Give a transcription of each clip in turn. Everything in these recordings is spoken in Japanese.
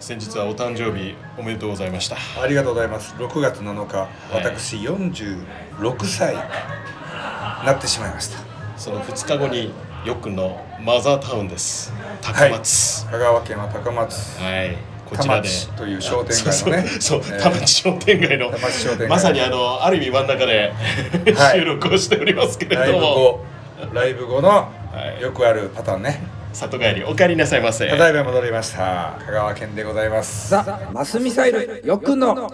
先日はお誕生日おめでとうございました。 ありがとうございます。6月7日、私46歳になってしまいました。 その2日後によっくんのマザータウンです。高松、 香川県は高松、 こちらで田町という商店街のね、 田町商店街のまさにある意味真ん中で収録をしておりますけれども、 ライブ後のよくあるパターンね。 里帰りお帰りなさいませ。 ただいま戻りました。香川県でございます。 ザ・マスミサイルよっくんの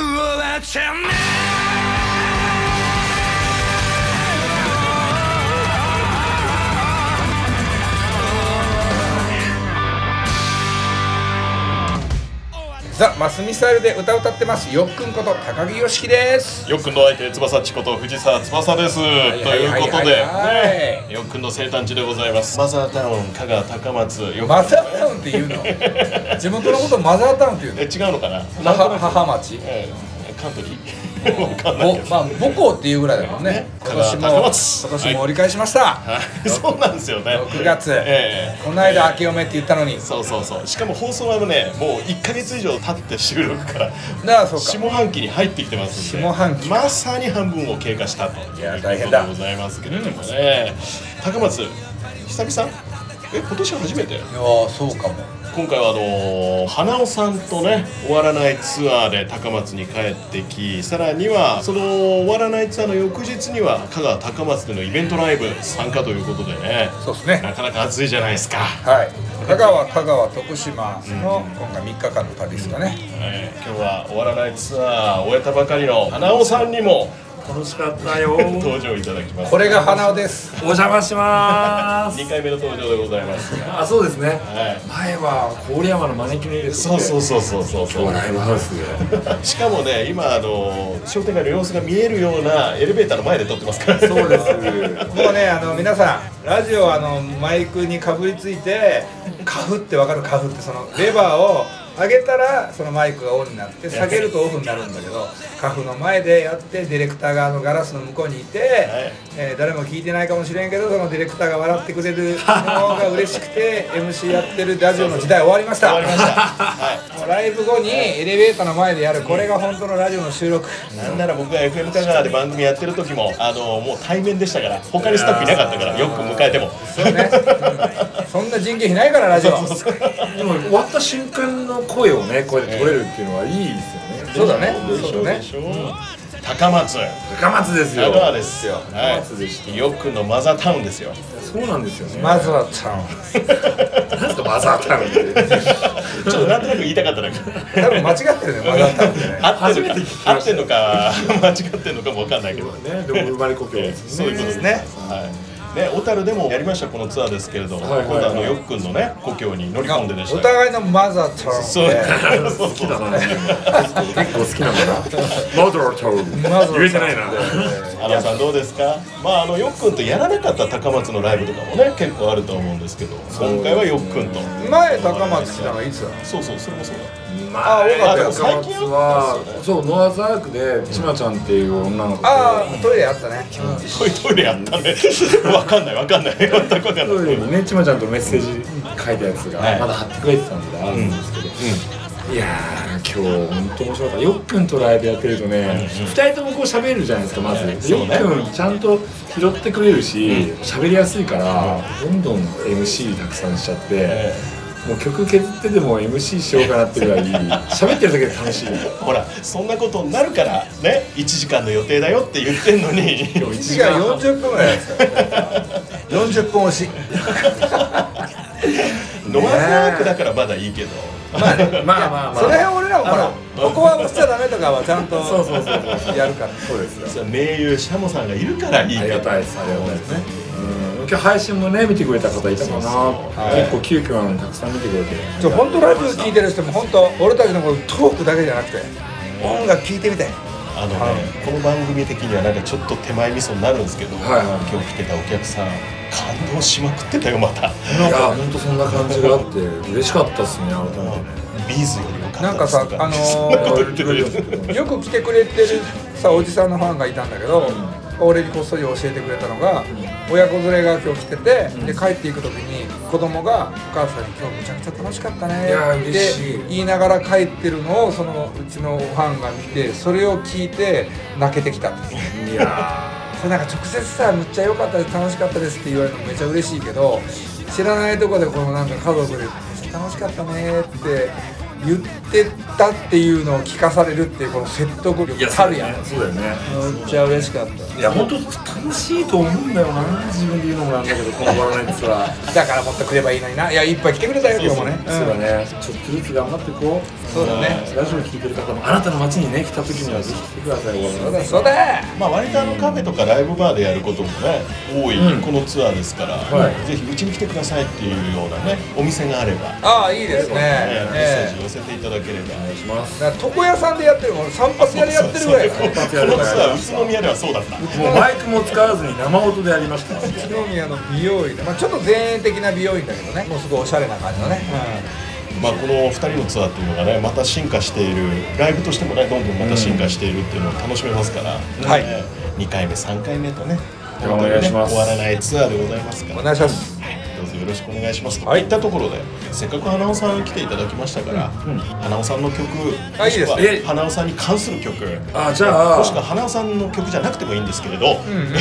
ザ・マスミサイルで歌を歌ってますよっくんこと高木よしきです。 よっくんの相手翼っちこと藤沢翼です。ということでよっくんの生誕地でございます。マザータウン香川高松。 マザータウンって言うの？地元のことをマザータウンって言うの？ 違うのかな。 母町、 カントリーまあ母校っていうぐらいだもんね。今年も折り返しました。 そうなんですよね。 6月、この間明けおめって言ったのに。 そうしかも放送はねもう1ヶ月以上経って収録から下半期に入ってきてますんで、 下半期まさに半分を経過したということでございますけれどもね。高松久々？今年は初めて？いやそうかも。 今回は花尾さんとね終わらないツアーで高松に帰ってき、さらにはその終わらないツアーの翌日には香川高松でのイベントライブ参加ということでね。 そうですね。 なかなか暑いじゃないですか。 香川徳島の今回3日間の旅ですかね。 今日は終わらないツアーを終えたばかりの花尾さんにも楽しかったよ登場いただきます。 これが花尾です。 お邪魔します。 2回目の登場でございます。 そうですね。前は郡山の招き猫です。 そうライブハウスでしかもね今商店街の様子が見えるようなエレベーターの前で撮ってますから。 そうです。 もうね皆さんラジオマイクにかぶりついてカフって分かる？カフってそのレバーを上げたらそのマイクがオンになって下げるとオフになるんだけど、カフの前でやってディレクターがガラスの向こうにいて、誰も聞いてないかもしれんけどそのディレクターが笑ってくれるのが嬉しくてMC やってるラジオの時代終わりました。もうライブ後にエレベーターの前でやる、これが本当のラジオの収録。 なんなら僕が FM 香川で番組やってる時ももう対面でしたから、他にスタッフいなかったからよく迎えてもそうね、そんな人件費ないからラジオ。 でも終わった瞬間の声をねこうやって取れるっていうのはいいですよね。 そうだね。 高松ですよ。 香川ですよ。 高松でした。 よくのマザータウンですよ。 そうなんですよね。 マザータウン。 なんかマザータウンって。 ちょっとなんとなく言いたかっただけ。 多分間違ってるね、マザータウンってね。 合ってんのか間違ってんのかもわかんないけどね。でも生まれ故郷ですね。 そういうことですね。小樽でもやりましたこのツアーですけれども、今度よっくんのね故郷に乗り込んででした。 お互いのマザータウン。 そう好きだな。結構好きなんだな。マザータウン。言えてないな。 花さんどうですか？よっくんとやらなかった高松のライブとかもね結構あると思うんですけど、今回はよっくんと。 前高松来たのはいつだ？ そうそれもそうだ。 最近はそうノアザークでちまちゃんっていう女の子とトイレあったね。 トイレやったね。わかんない全くわかんない。 トイレにねちまちゃんとメッセージ書いたやつがまだ貼ってくれてたんであるんですけど、いや今日本当面白かった。よっくんとライブやってるとね、2人ともこう喋るじゃないですか。まずよっくんちゃんと拾ってくれるし喋りやすいからどんどん MC たくさんしちゃって。もう曲削ってでも MC しようかなってぐらい喋ってるだけで楽しい。 ほらそんなことになるからね1時間の予定だよって言ってんのに 1時間40分ぐらいですから40分押し。 ノアザークだからまだいいけど、 まあそれは俺らもほらここは押しちゃダメとかはちゃんとやるから。そうですよ。 名優シャモさんがいるからいいけど。 ありがたいですね。今日配信もね見てくれた方いたかな。結構急遽なのにたくさん見てくれて。 本当ラジオ聞いてる人も本当俺たちのトークだけじゃなくて音楽聞いてみたい。 この番組的にはなんかちょっと手前味噌になるんですけど、今日来てたお客さん感動しまくってたよまた。 いや本当そんな感じがあって嬉しかったですね改めてね。 ビーズより良かった。 なんかさよく来てくれてるさおじさんのファンがいたんだけど、 俺にこっそり教えてくれたのが、親子連れが今日来てて、で帰っていく時に子供が「お母さんに今日めちゃくちゃ楽しかったね」って言いながら帰ってるのをそのうちのファンが見て、それを聞いて泣けてきたんですよ。いやそれなんか直接さ「むっちゃ良かったです楽しかったです」って言われるのめっちゃ嬉しいけど、知らないとこでこのなんか家族で「めっちゃ楽しかったね」って言ってたっていうのを聞かされるっていうこの説得力たるやん。 そうだよね。 めっちゃ嬉しかった。 いや本当楽しいと思うんだよな、自分で言うのもなんだけど、この終わらないツアーだからもっと来ればいいのにな。いやいっぱい来てくれたよ今日もね。 そうだね、ちょっとずつ頑張っていこう。 そうだね。 ラジオ聞いてる方もあなたの街にね来た時にはぜひ来てください。 そうだそうだ。 まあ割とカフェとかライブバーでやることもね多いこのツアーですから、ぜひうちに来てくださいっていうようなねお店があれば、 ああいいですね。 メッセージ寄せていただければお願いします。 だから床屋さんでやってるもん、散髪屋でやってるぐらい。 このツアー宇都宮ではそうだった。 もうマイクも使わずに生音でやりました。 宇都宮の美容院で、まあちょっと前衛的な美容院だけどね、もうすごいおしゃれな感じのね。 まあこの2人のツアーっていうのがねまた進化している、ライブとしてもねどんどんまた進化しているっていうのを楽しめますから、 はい、 2回目3回目とねお願いします。 終わらないツアーでございますから、 お願いします。 どうぞよろしくお願いします。といったところでせっかく花尾さん来ていただきましたから、花尾さんの曲、もしくは花尾さんに関する曲、 じゃあもしくは花尾さんの曲じゃなくてもいいんですけれど、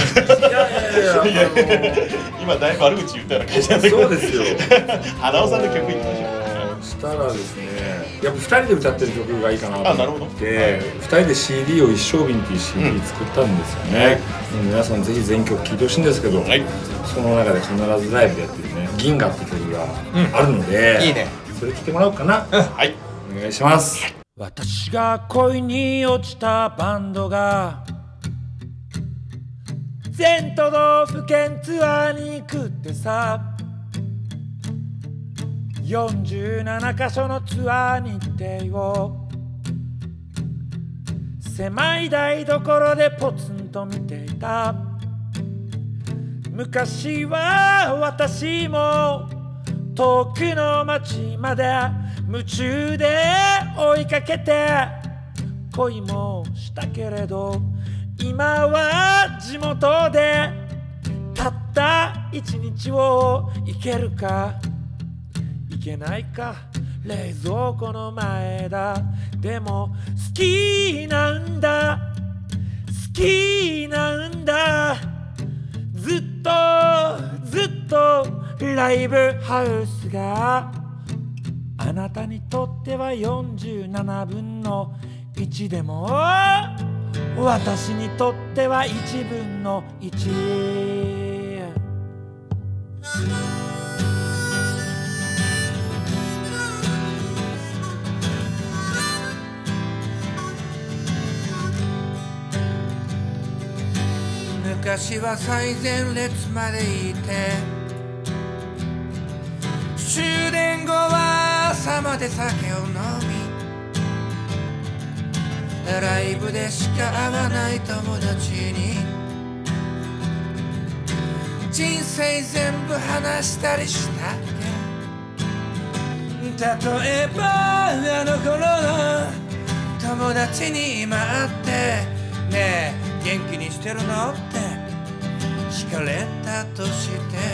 今だいぶ悪口言ったような感じなんだけど、 そうですよ花尾さんの曲いきましょう。 したらですね、やっぱ2人で歌ってる曲がいいかなと思って、2人で CD を一升瓶っていう CD 作ったんですよね。皆さんぜひ全曲聴いてほしいんですけど、その中で必ずライブでやってるね「銀河」って曲があるので、 いいね、 それ聴いてもらおうかな。はい、お願いします。 私が恋に落ちたバンドが全都道府県ツアーに行くってさ、47カ所のツアー日程を狭い台所でポツンと見ていた。昔は私も遠くの町まで夢中で追いかけて恋もしたけれど、今は地元でたった一日を生けるかいけないか、冷蔵庫の前だ。でも好きなんだ好きなんだ、ずっとずっとライブハウスがあなたにとっては47分の1でも私にとっては1分の1。昔は最前列までいて、終電後は朝まで酒を飲み、ライブでしか会わない友達に人生全部話したりしたっけ。例えばあの頃の友達に今会って「ねえ元気にしてるの?」って聞かれたとして、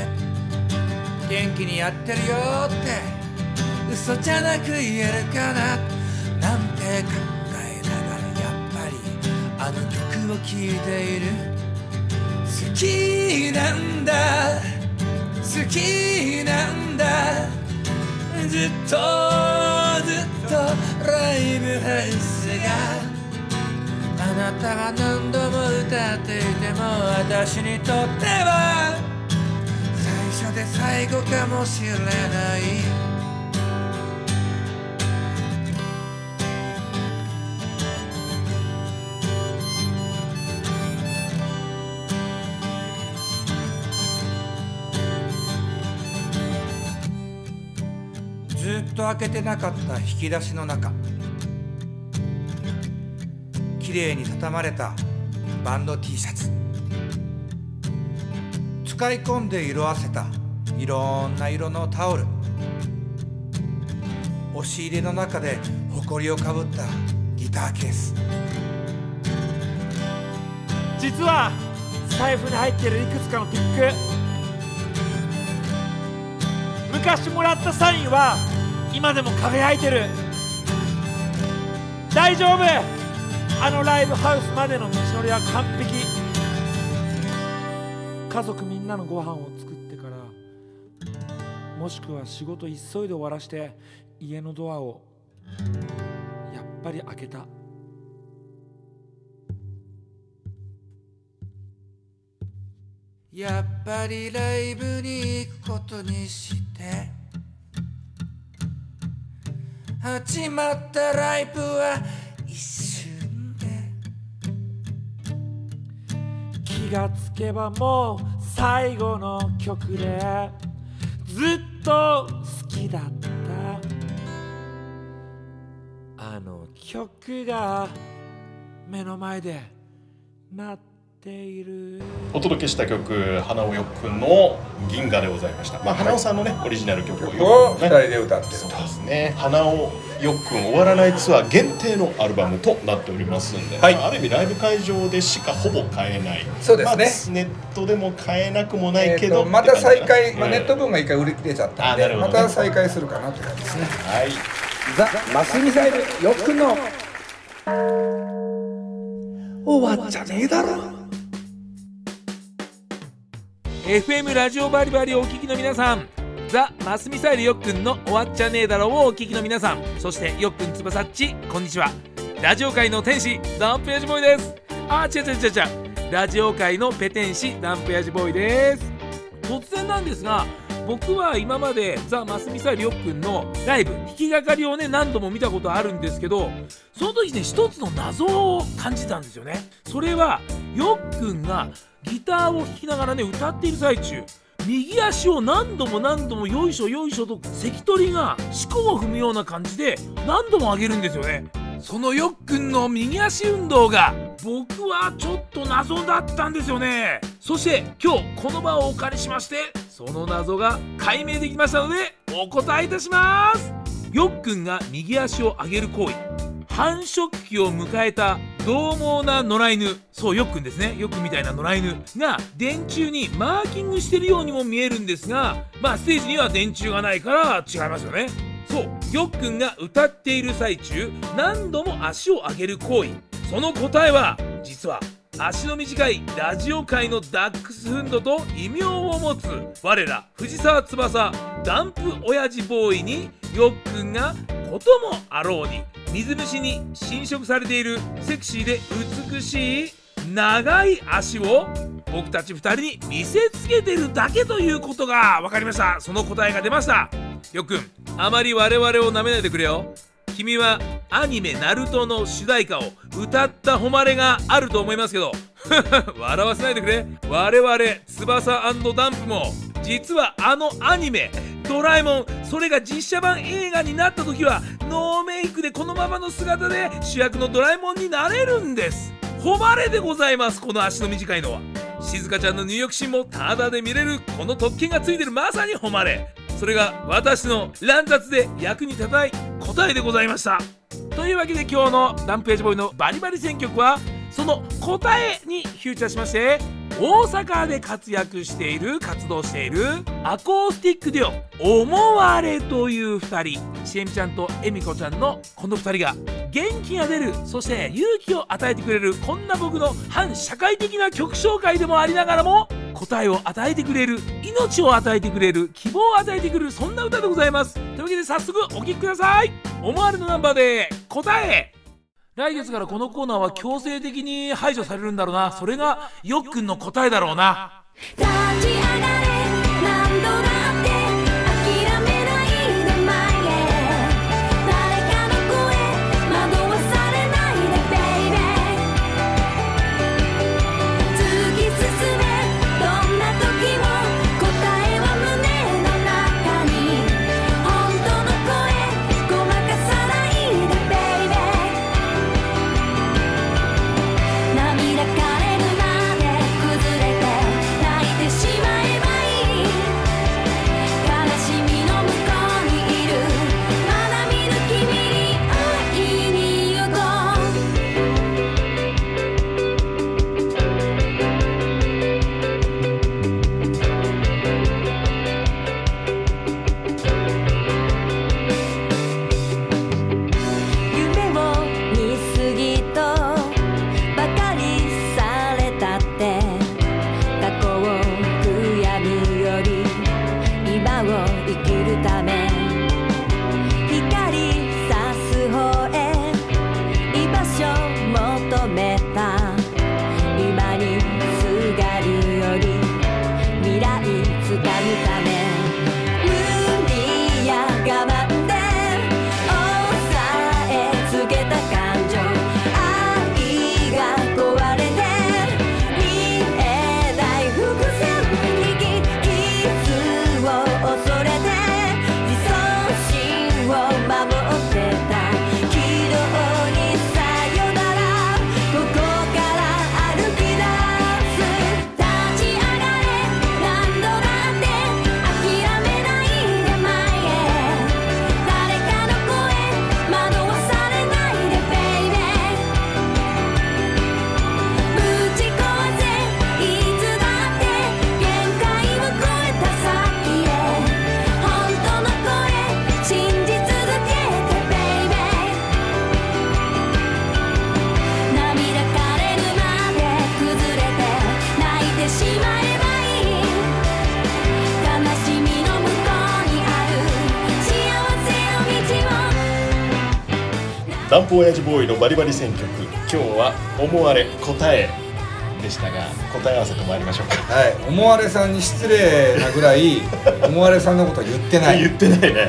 元気にやってるよって嘘じゃなく言えるかななんて考えながら、やっぱりあの曲を聴いている。好きなんだ好きなんだ、ずっとずっとライブハウスがあなたが何度も歌っていても私にとっては最初で最後かもしれない。ずっと開けてなかった引き出しの中、綺麗に畳まれたバンド T シャツ、使い込んで色あせたいろんな色のタオル、押し入れの中で埃をかぶったギターケース。実は財布に入ってるいくつかのピック。昔もらったサインは今でも輝いてる。大丈夫、あのライブハウスまでの道のりは完璧。家族みんなのご飯を作ってから、もしくは仕事急いで終わらして家のドアをやっぱり開けた。やっぱりライブに行くことにして、始まったライブは一瞬で、気がつけばもう最後の曲で、ずっと好きだったあの曲が目の前で鳴っている。 お届けした曲、花尾よっくんの銀河でございました。花尾さんのねオリジナル曲を 2人で歌ってると。 そうですね。花尾よっくん終わらないツアー限定のアルバムとなっておりますんで、ある意味ライブ会場でしかほぼ買えない。 そうですね。 ネットでも買えなくもないけど、 また再開、ネット分が一回売り切れちゃったんで、また再開するかなって感じですね。 はい。 ザ・マスミサイルよっくんの終わっちゃねえだろ。 FM ラジオバリバリをお聞きの皆さん、ザ・マスミサイルよっくんの終わっちゃねえだろうをお聞きの皆さん、そしてよっくんつばさっち、こんにちは。ラジオ界の天使ダンプヤジボーイです。違う、ラジオ界のペテン師ダンプヤジボーイです。突然なんですが、僕は今までザ・マスミサイルよっくんのライブ弾き語りをね何度も見たことあるんですけど、その時ね一つの謎を感じたんですよね。それはよっくんがギターを弾きながらね歌っている最中、右足を何度もよいしょよいしょと関取が四股を踏むような感じで何度も上げるんですよね。そのよっくんの右足運動が僕はちょっと謎だったんですよね。そして今日この場をお借りしまして、その謎が解明できましたのでお答えいたします。よっくんが右足を上げる行為、繁殖期を迎えた獰猛な野良犬、そうよっくんですね、よっくんみたいな野良犬が電柱にマーキングしてるようにも見えるんですが、ステージには電柱がないから違いますよね。そうよっくんが歌っている最中何度も足を上げる行為、その答えは実は足の短いラジオ界のダックスフンドと異名を持つ我ら藤沢翼ダンプ親父ボーイによっくんがこともあろうに水虫に侵食されているセクシーで美しい長い足を僕たち2人に見せつけてるだけということが分かりました。その答えが出ました。よっくん、あまり我々をなめないでくれよ。君はアニメナルトの主題歌を歌った誉れがあると思いますけど笑わせないでくれ。我々翼&ダンプも実はあのアニメドラえもん、それが実写版映画になった時はノーメイクでこのままの姿で主役のドラえもんになれるんです。誉れでございます。この足の短いのは静香ちゃんの入浴シーンもタダで見れる、この特権がついてる、まさに誉れ。それが私の乱雑で役に立たない答えでございました。というわけで今日のダンプエイジボーイのバリバリ選曲はその答えにフューチャーしまして、大阪で活動しているアコースティックデュオ思われという2人、しえみちゃんとえみこちゃんのこの2人が元気が出る、そして勇気を与えてくれる、こんな僕の反社会的な曲紹介でもありながらも答えを与えてくれる、命を与えてくれる、希望を与えてくれる、そんな歌でございます。というわけで早速お聴きください。思われのナンバーで答え。来月からこのコーナーは強制的に排除されるんだろうな。それがよっくんの答えだろうな。 立ち上がれ何度だって諦めないで前へ、誰かの声惑わされないで Baby、 突き進めどんな時も答えは胸の中に、本当の声ごまかさないで Baby、 涙枯れるまで崩れて泣いてしまえばダンプ親父ボーイのバリバリ選曲、今日は思われ答えでしたが、答え合わせと参りましょうか。 はい、思われさんに失礼なぐらい思われさんのことは言ってない。 言ってないね。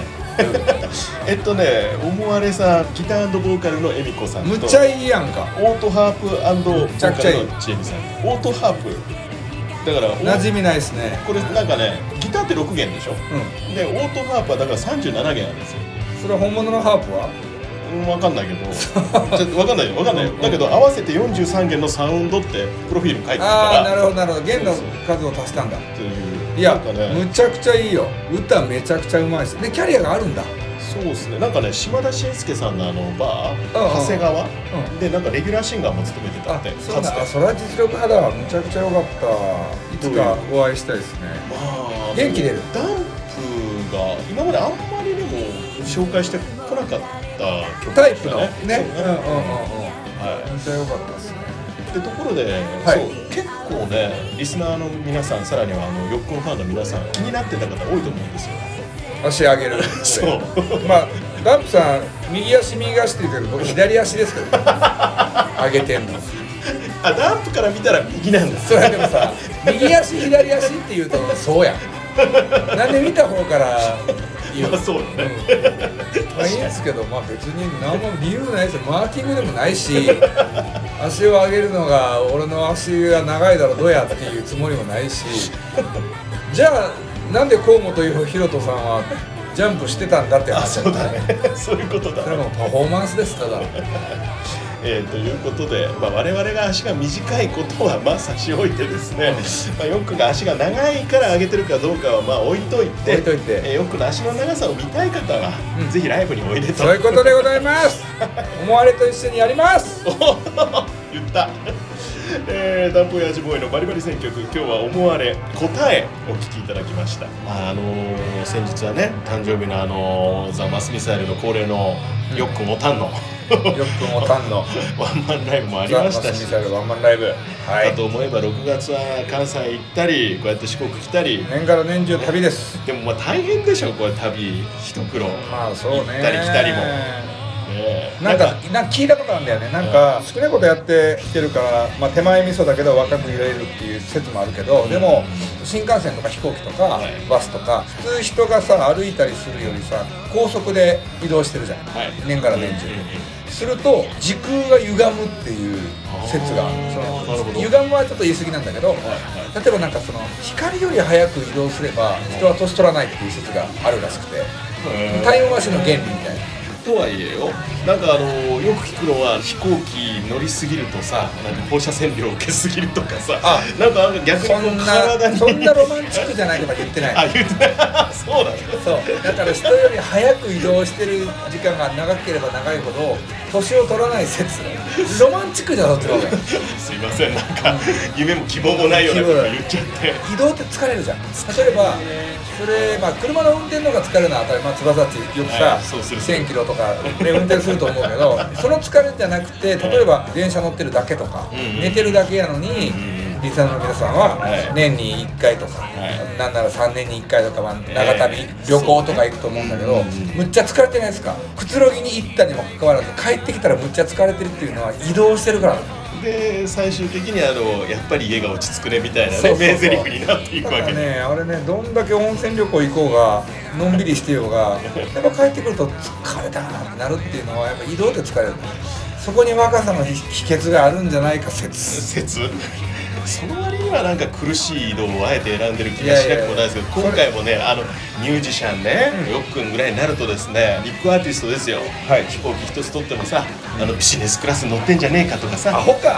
思われさん、ギター&ボーカルの恵美子さんと、 むっちゃいいやんか。 オートハープ&ボーカルちゃくちゃいいのちえみさん。オートハープだから馴染みないですね。 これなんかね、ギターって6弦でしょ、 うん。 でオートハープはだから37弦なんですよ。 それは本物のハープは？ 分かんないけどちょっと分かんないよだけど合わせて43弦のサウンドってプロフィールに書いてるから、 ああ、なるほどなるほど。弦の数を足したんだ。 っていういや、 なんかね、 むちゃくちゃいいよ。歌めちゃくちゃうまいし。で、キャリアがあるんだ。 そうですね、なんかね、島田紳介さんのバー、長谷川、でなんかレギュラーシンガーも務めてたって、 そうだ。 かつてそれは実力派だわ。むちゃくちゃ良かった。いつかお会いしたいですね。 まあ元気出る。 ダンプが今まであんまりでも紹介してこなかった曲タイプでしたね。 のね。 そうねめっちゃ良かったですね。 ってところで、 はいそう結構ね、リスナーの皆さん、さらにはヨックンファンの皆さん、気になってた方多いと思うんですよ。 足上げる。 そうまあダンプさん右足って言うけど僕左足ですけど上げてんの。 あ、ダンプから見たら右なんです。 それでもさ、右足左足って言うとそうやん。なんで見た方から言うまあそうよね。 まあいいんですけど、まあ別に何も理由ないですよ。マーキングでもないし、足を上げるのが俺の足が長いだろどうやっていうつもりもないし、じゃあなんで河本大翔さんはジャンプしてたんだってあ、 話そうだね。そういうことだそれはもうパフォーマンスですただ。 ということで、我々が足が短いことは差し置いてですね、ヨックが足が長いから上げてるかどうかは置いといて、 置いといてヨックの足の長さを見たい方は、ぜひライブにおいでと。 そういうことでございます。思われと一緒にやります。 言った。ダンプ親父ボーイのバリバリ選曲、今日は思われ答えお聞きいただきました。先日はね、誕生日のザ・マスミサイルの恒例のヨックンおたんのよくもたんのワンマンライブもありましたし、 ザ・マスミサイルワンマンライブ、はい、 かと思えば6月は関西行ったり、こうやって四国来たり、 年から年中旅です。 でも大変でしょ、これ旅一苦労、 まあそうね、 行ったり来たりも。 なんか聞いたことあるんだよね。なんか好きなことやってきてるから、手前味噌だけど若くいられるっていう説もあるけど、でも新幹線とか飛行機とかバスとか普通人がさ歩いたりするよりさ高速で移動してるじゃん、年から年中。すると時空が歪むっていう説がある。歪むはちょっと言い過ぎなんだけど、例えばなんかその光より早く移動すれば人は年取らないっていう説があるらしくて、タイムマシンの原理みたいな。 とはいえよ、なんかよく聞くのは飛行機乗りすぎるとさ、なんか放射線量受けすぎるとかさ、なんか逆に体にそんなロマンチックじゃないとか言ってない。 あ、言ってないそうだね。 そうだから人より早く移動してる時間が長ければ長いほど年を取らない説。ロマンチックじゃなくてすいません、なんか夢も希望もないようなこと言っちゃって。 移動って疲れるじゃん。例えばそれ、車の運転の方が疲れるのは当たり前。翼っちよくさ、1000キロとかで運転すると思うけど、その疲れじゃなくて、例えば電車乗ってるだけとか、寝てるだけやのに、リスナーの皆さんは年に1回とか、なんなら3年に1回とか、長旅、旅行とか行くと思うんだけど、むっちゃ疲れてないですか。くつろぎに行ったにもかかわらず、帰ってきたらむっちゃ疲れてるっていうのは移動してるから。 で最終的にやっぱり家が落ち着くねみたいなね、名台詞になっていくわけね。あれね、どんだけ温泉旅行行こうがのんびりしてようが、やっぱ帰ってくると疲れたなってなるっていうのはやっぱ移動で疲れる。そこに若さの秘訣があるんじゃないか説。 その割にはなんか苦しい移動をあえて選んでる気がしなくもないですけど、今回もね、ミュージシャンね、よっくんぐらいになるとですね、ビッグアーティストですよ、飛行機一つ取ってもさ、ビジネスクラス乗ってんじゃねえかとかさ、 アホか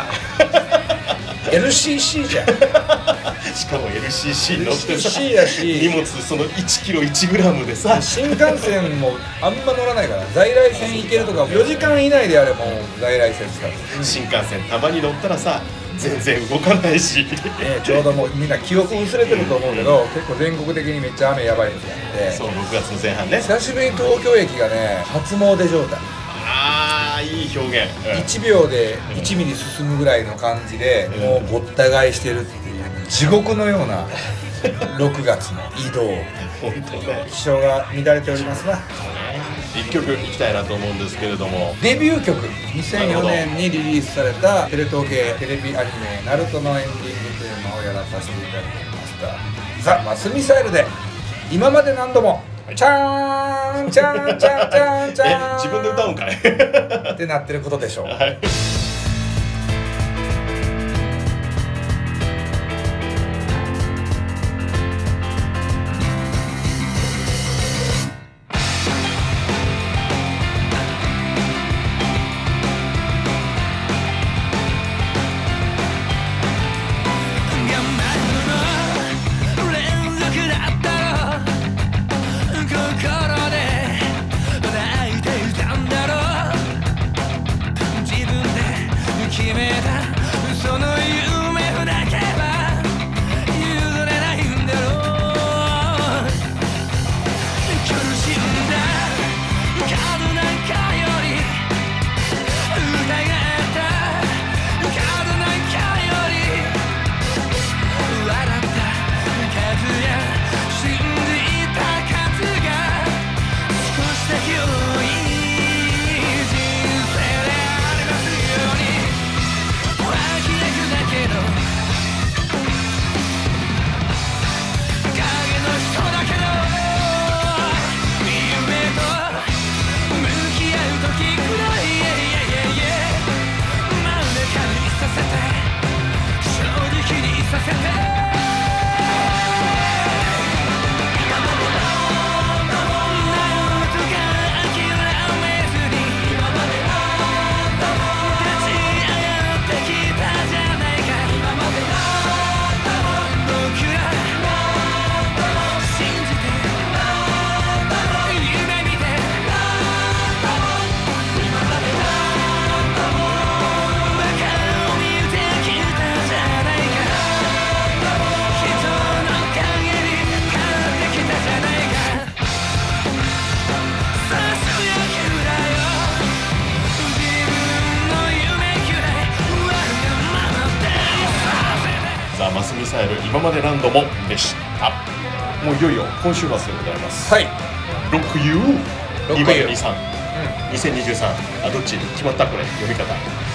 LCC じゃんしかも LCC 乗ってさ、 LCC だし荷物その1キロ1グラムでさ、 新幹線もあんま乗らないから、在来線行けるとか4時間以内であれも在来線使う。 新幹線たまに乗ったらさ、全然動かないし、 ちょうどもうみんな記憶薄れてると思うけど、結構全国的にめっちゃ雨やばい時あって、 そう6月の前半ね、 久しぶりに東京駅がね初詣状態。 ああ、いい表現、 1秒で1ミリ進むぐらいの感じで、もうごった返してるっていう地獄のような6月の移動。 本当ね、 気象が乱れておりますな。 1曲いきたいなと思うんですけれども、 デビュー曲2004年にリリースされたテレ東系テレビアニメ「ナルトのエンディングテーマをやらさせていただきました。ザ・マスミサイルで今まで何度もチャーンチャーンチャーンチャーンチャーン自分で歌うんかいってなってることでしょう。 はいザ・マスミサイル今まで何度もでした。もういよいよ今週末でございます。 はい、 ロックユーロックユー 2023、2023、あ、どっち決まった？これ読み方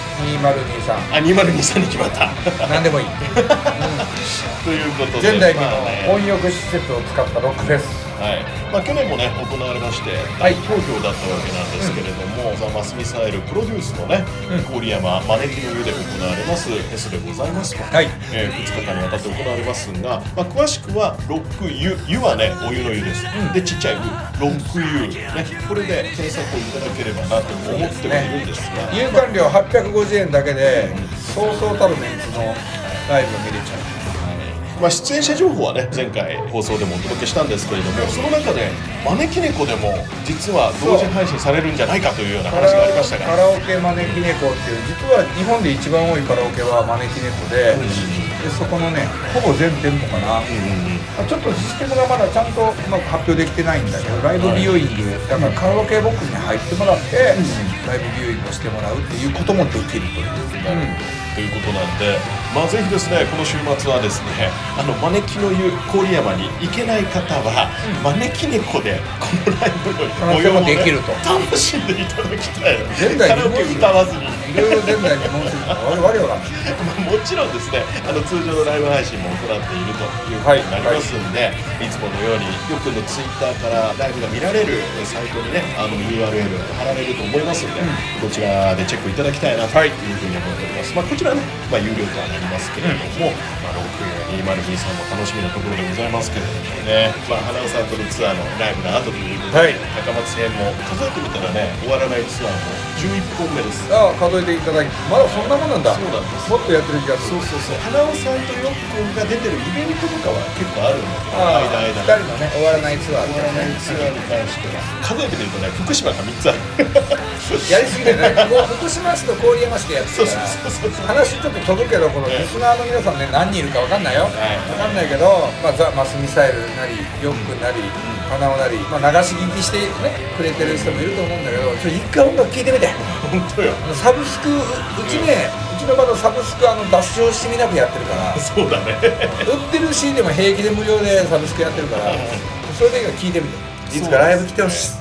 2023、 あ、2023に決まった何でもいいということで前代未まあね聞の温浴施設を使ったロックフェス、 はい、まあ、去年もね行われまして大好評だったわけなんですけれども、ザ・マスミサイルプロデュースのね、郡山招きの湯で行われますフェスでございますと、 はい、 2日間にわたって行われますが、まあ、詳しくはロック湯、湯はねお湯の湯です、でちっちゃい湯、ロック湯、ね、これで検索をいただければなと思ってはいるんですが、 入館料850円だけでそうそうたるメンツのライブが見れちゃう。 まあ、出演者情報はね前回放送でもお届けしたんですけれども、その中で招き猫でも実は同時配信されるんじゃないかというような話がありましたが、 カラオケ招き猫っていう、実は日本で一番多いカラオケは招き猫で、でそこのねほぼ全店舗かな、ちょっとシステムがまだちゃんとうまく発表できてないんだけど、ライブビューイングだからカラオケボックスに入ってもらって、ライブビューイングをしてもらうっていうこともできるという。 ということなんで、まあ、ぜひですねこの週末はですね招きの湯郡山に行けない方は、招き猫でこのライブの模様を、ね、 できると楽しんでいただきたい。 前代カラオケ歌わずにいろいろ前代未聞するから我々はもちろんですね通常のライブ配信も行っているということになりますんで、いつものようによくのツイッターからライブが見られるサイトにねURL 貼られると思いますんで、こちらでチェックいただきたいなというふうに思っております。まあ、こちらね、まあ、有料とはなりますけれども、まあ、62023も楽しみなところでございますけれどもね、まあ、花尾さんとのツアーのライブの後ということで、高松編も数えてみたらね終わらないツアーも11本目です。 ああ、数えていただいてまだそんなもんなんだ。 そうなんです。 もっとやってる気がする。 そう花尾さんとよっくんが出てるイベントとかは結構あるんだけど、 ああ、 間 2人のね終わらないツアー、 終わらないツアーに関しては数えてみるとね福島が3つあるやりすぎてね、もう福島市と郡山市でやってるからそう話ちょっと飛ぶけど、このリスナーの皆さんね何人いるか分かんないよ、分かんないけど、まあ、ザ・マスミサイルなりよっくんなり花尾なり、まあ、流し聞きしてねくれてる人もいると思うんだけど、一回音楽聴いてみて。 本当よ。 サブスクうちね、うちの場のサブスク脱証してみなくやってるからそうだね売ってる CD も平気で無料でサブスクやってるから、それで聴いてみて。いつかライブ来てほしい。 い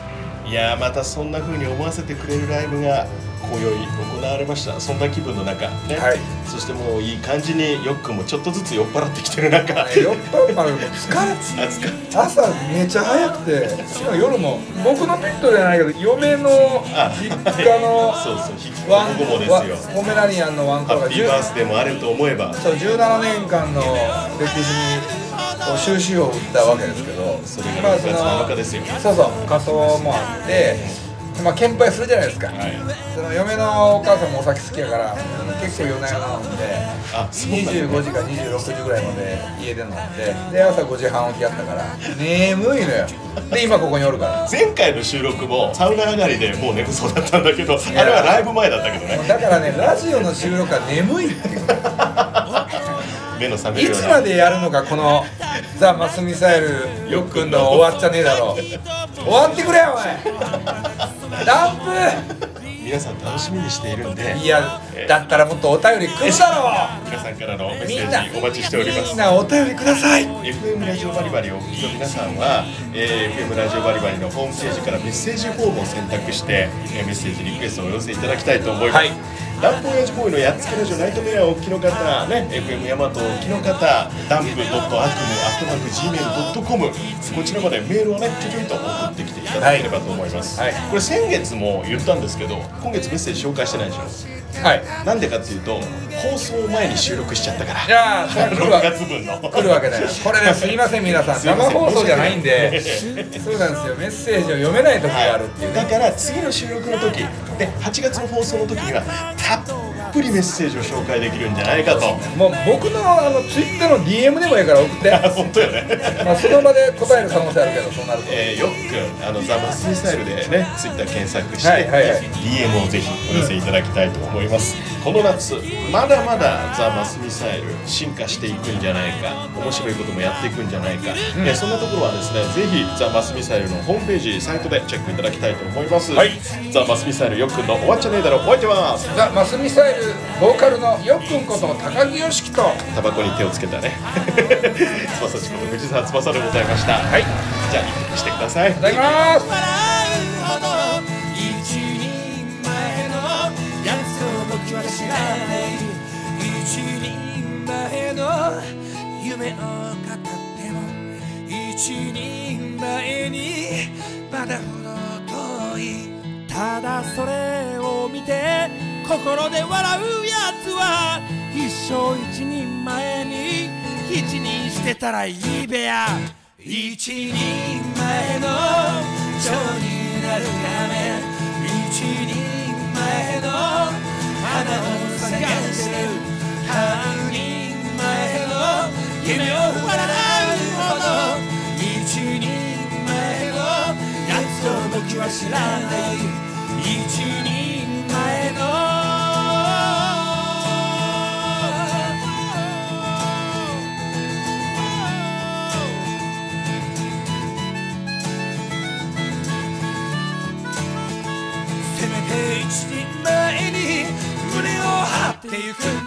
いやーまたそんな風に思わせてくれるライブが今宵行われました。そんな気分の中ね、 はい、 そしてもういい感じによっくんもちょっとずつ酔っ払ってきてる中、 酔っ払っても疲れて朝めちゃ早くて、しかも夜も僕のペットじゃないけど嫁の実家のそうそう引っ越し後もですよ。 ポメラニアンのワンコがハッピーバースデーもあると思えば、 そう17年間の歴史にこう終止符を打ったわけですけど、 それが6月7日ですよ。 そうそう仮装もあって。まあ、献杯するじゃないですか、はい、その嫁のお母さんもお酒好きやから結構夜な夜な飲んで25時か26時ぐらいまで家で飲んで朝5時半起きやったから眠いのよ。で今ここにおるから前回の収録もサウナ上がりでもう眠そうだったんだけど、あれはライブ前だったけどね。 だからねラジオの収録は眠いっていう目の覚めるような。 いつまでやるのかこのザ・マスミサイルよっくんの終わっちゃねえだろ終わってくれよお前ランプ皆さん楽しみにしているんで、 いや、だったらもっとお便り来るだろ皆さんからのメッセージお待ちしております。 みんなお便りください。 FM ラジオバリバリをお聞きの皆さんは、FM ラジオバリバリのホームページからメッセージフォームを選択して、メッセージリクエストをお寄せいただきたいと思います、はい、ランプ親父ボーイのやっつけラジオナイトメアをお聞きの方、ね、FM ヤマトをお聞きの方、ダンプ.acme@gmail.com こちらまでメールをねちょちょいと送ってきていただければと思います、はいはい、これ先月も言ったんですけど今月メッセージ紹介してないでしょ。はい、なんでかっていうと放送前に収録しちゃったから。 じゃあ 6月分の来るわけだよ。これねすいません皆さん生放送じゃないんでそうなんですよメッセージを読めない時があるっていう、 だから次の収録の時で8月の放送の時にはたっぷりメッセージを紹介できるんじゃないかと。 もう僕のツイッターの DM でもいいから送って本当よねまあその場で答える可能性あるけどそうなるとよっくんザ・マスミサイルでねツイッター検索して、はいはいはい、DM をぜひお寄せいただきたいと思います、この夏まだまだザ・マスミサイル進化していくんじゃないか、面白いこともやっていくんじゃないか、そんなところはですねぜひザ・マスミサイルのホームページサイトでチェックいただきたいと思います、はい、ザ・マスミサイルよっくんの終わっちゃねえだろ覚えてます。 ザ・マスミサイルボーカルのよっくんこと高木よしきとタバコに手をつけたね翼ちこと藤沢翼でございました。はい、じゃあ一服してください。 いただきます。僕は知らない一人前の夢を語っても一人前にまだほど遠い。ただそれを見て心で笑うやつは一生一人前に一人してたらいいべや。一人前の蝶になるため一人前の花を探してる半人前の夢を笑うほど一人前のやつを僕は知らない一人前のせめて一人前に胸を張ってゆく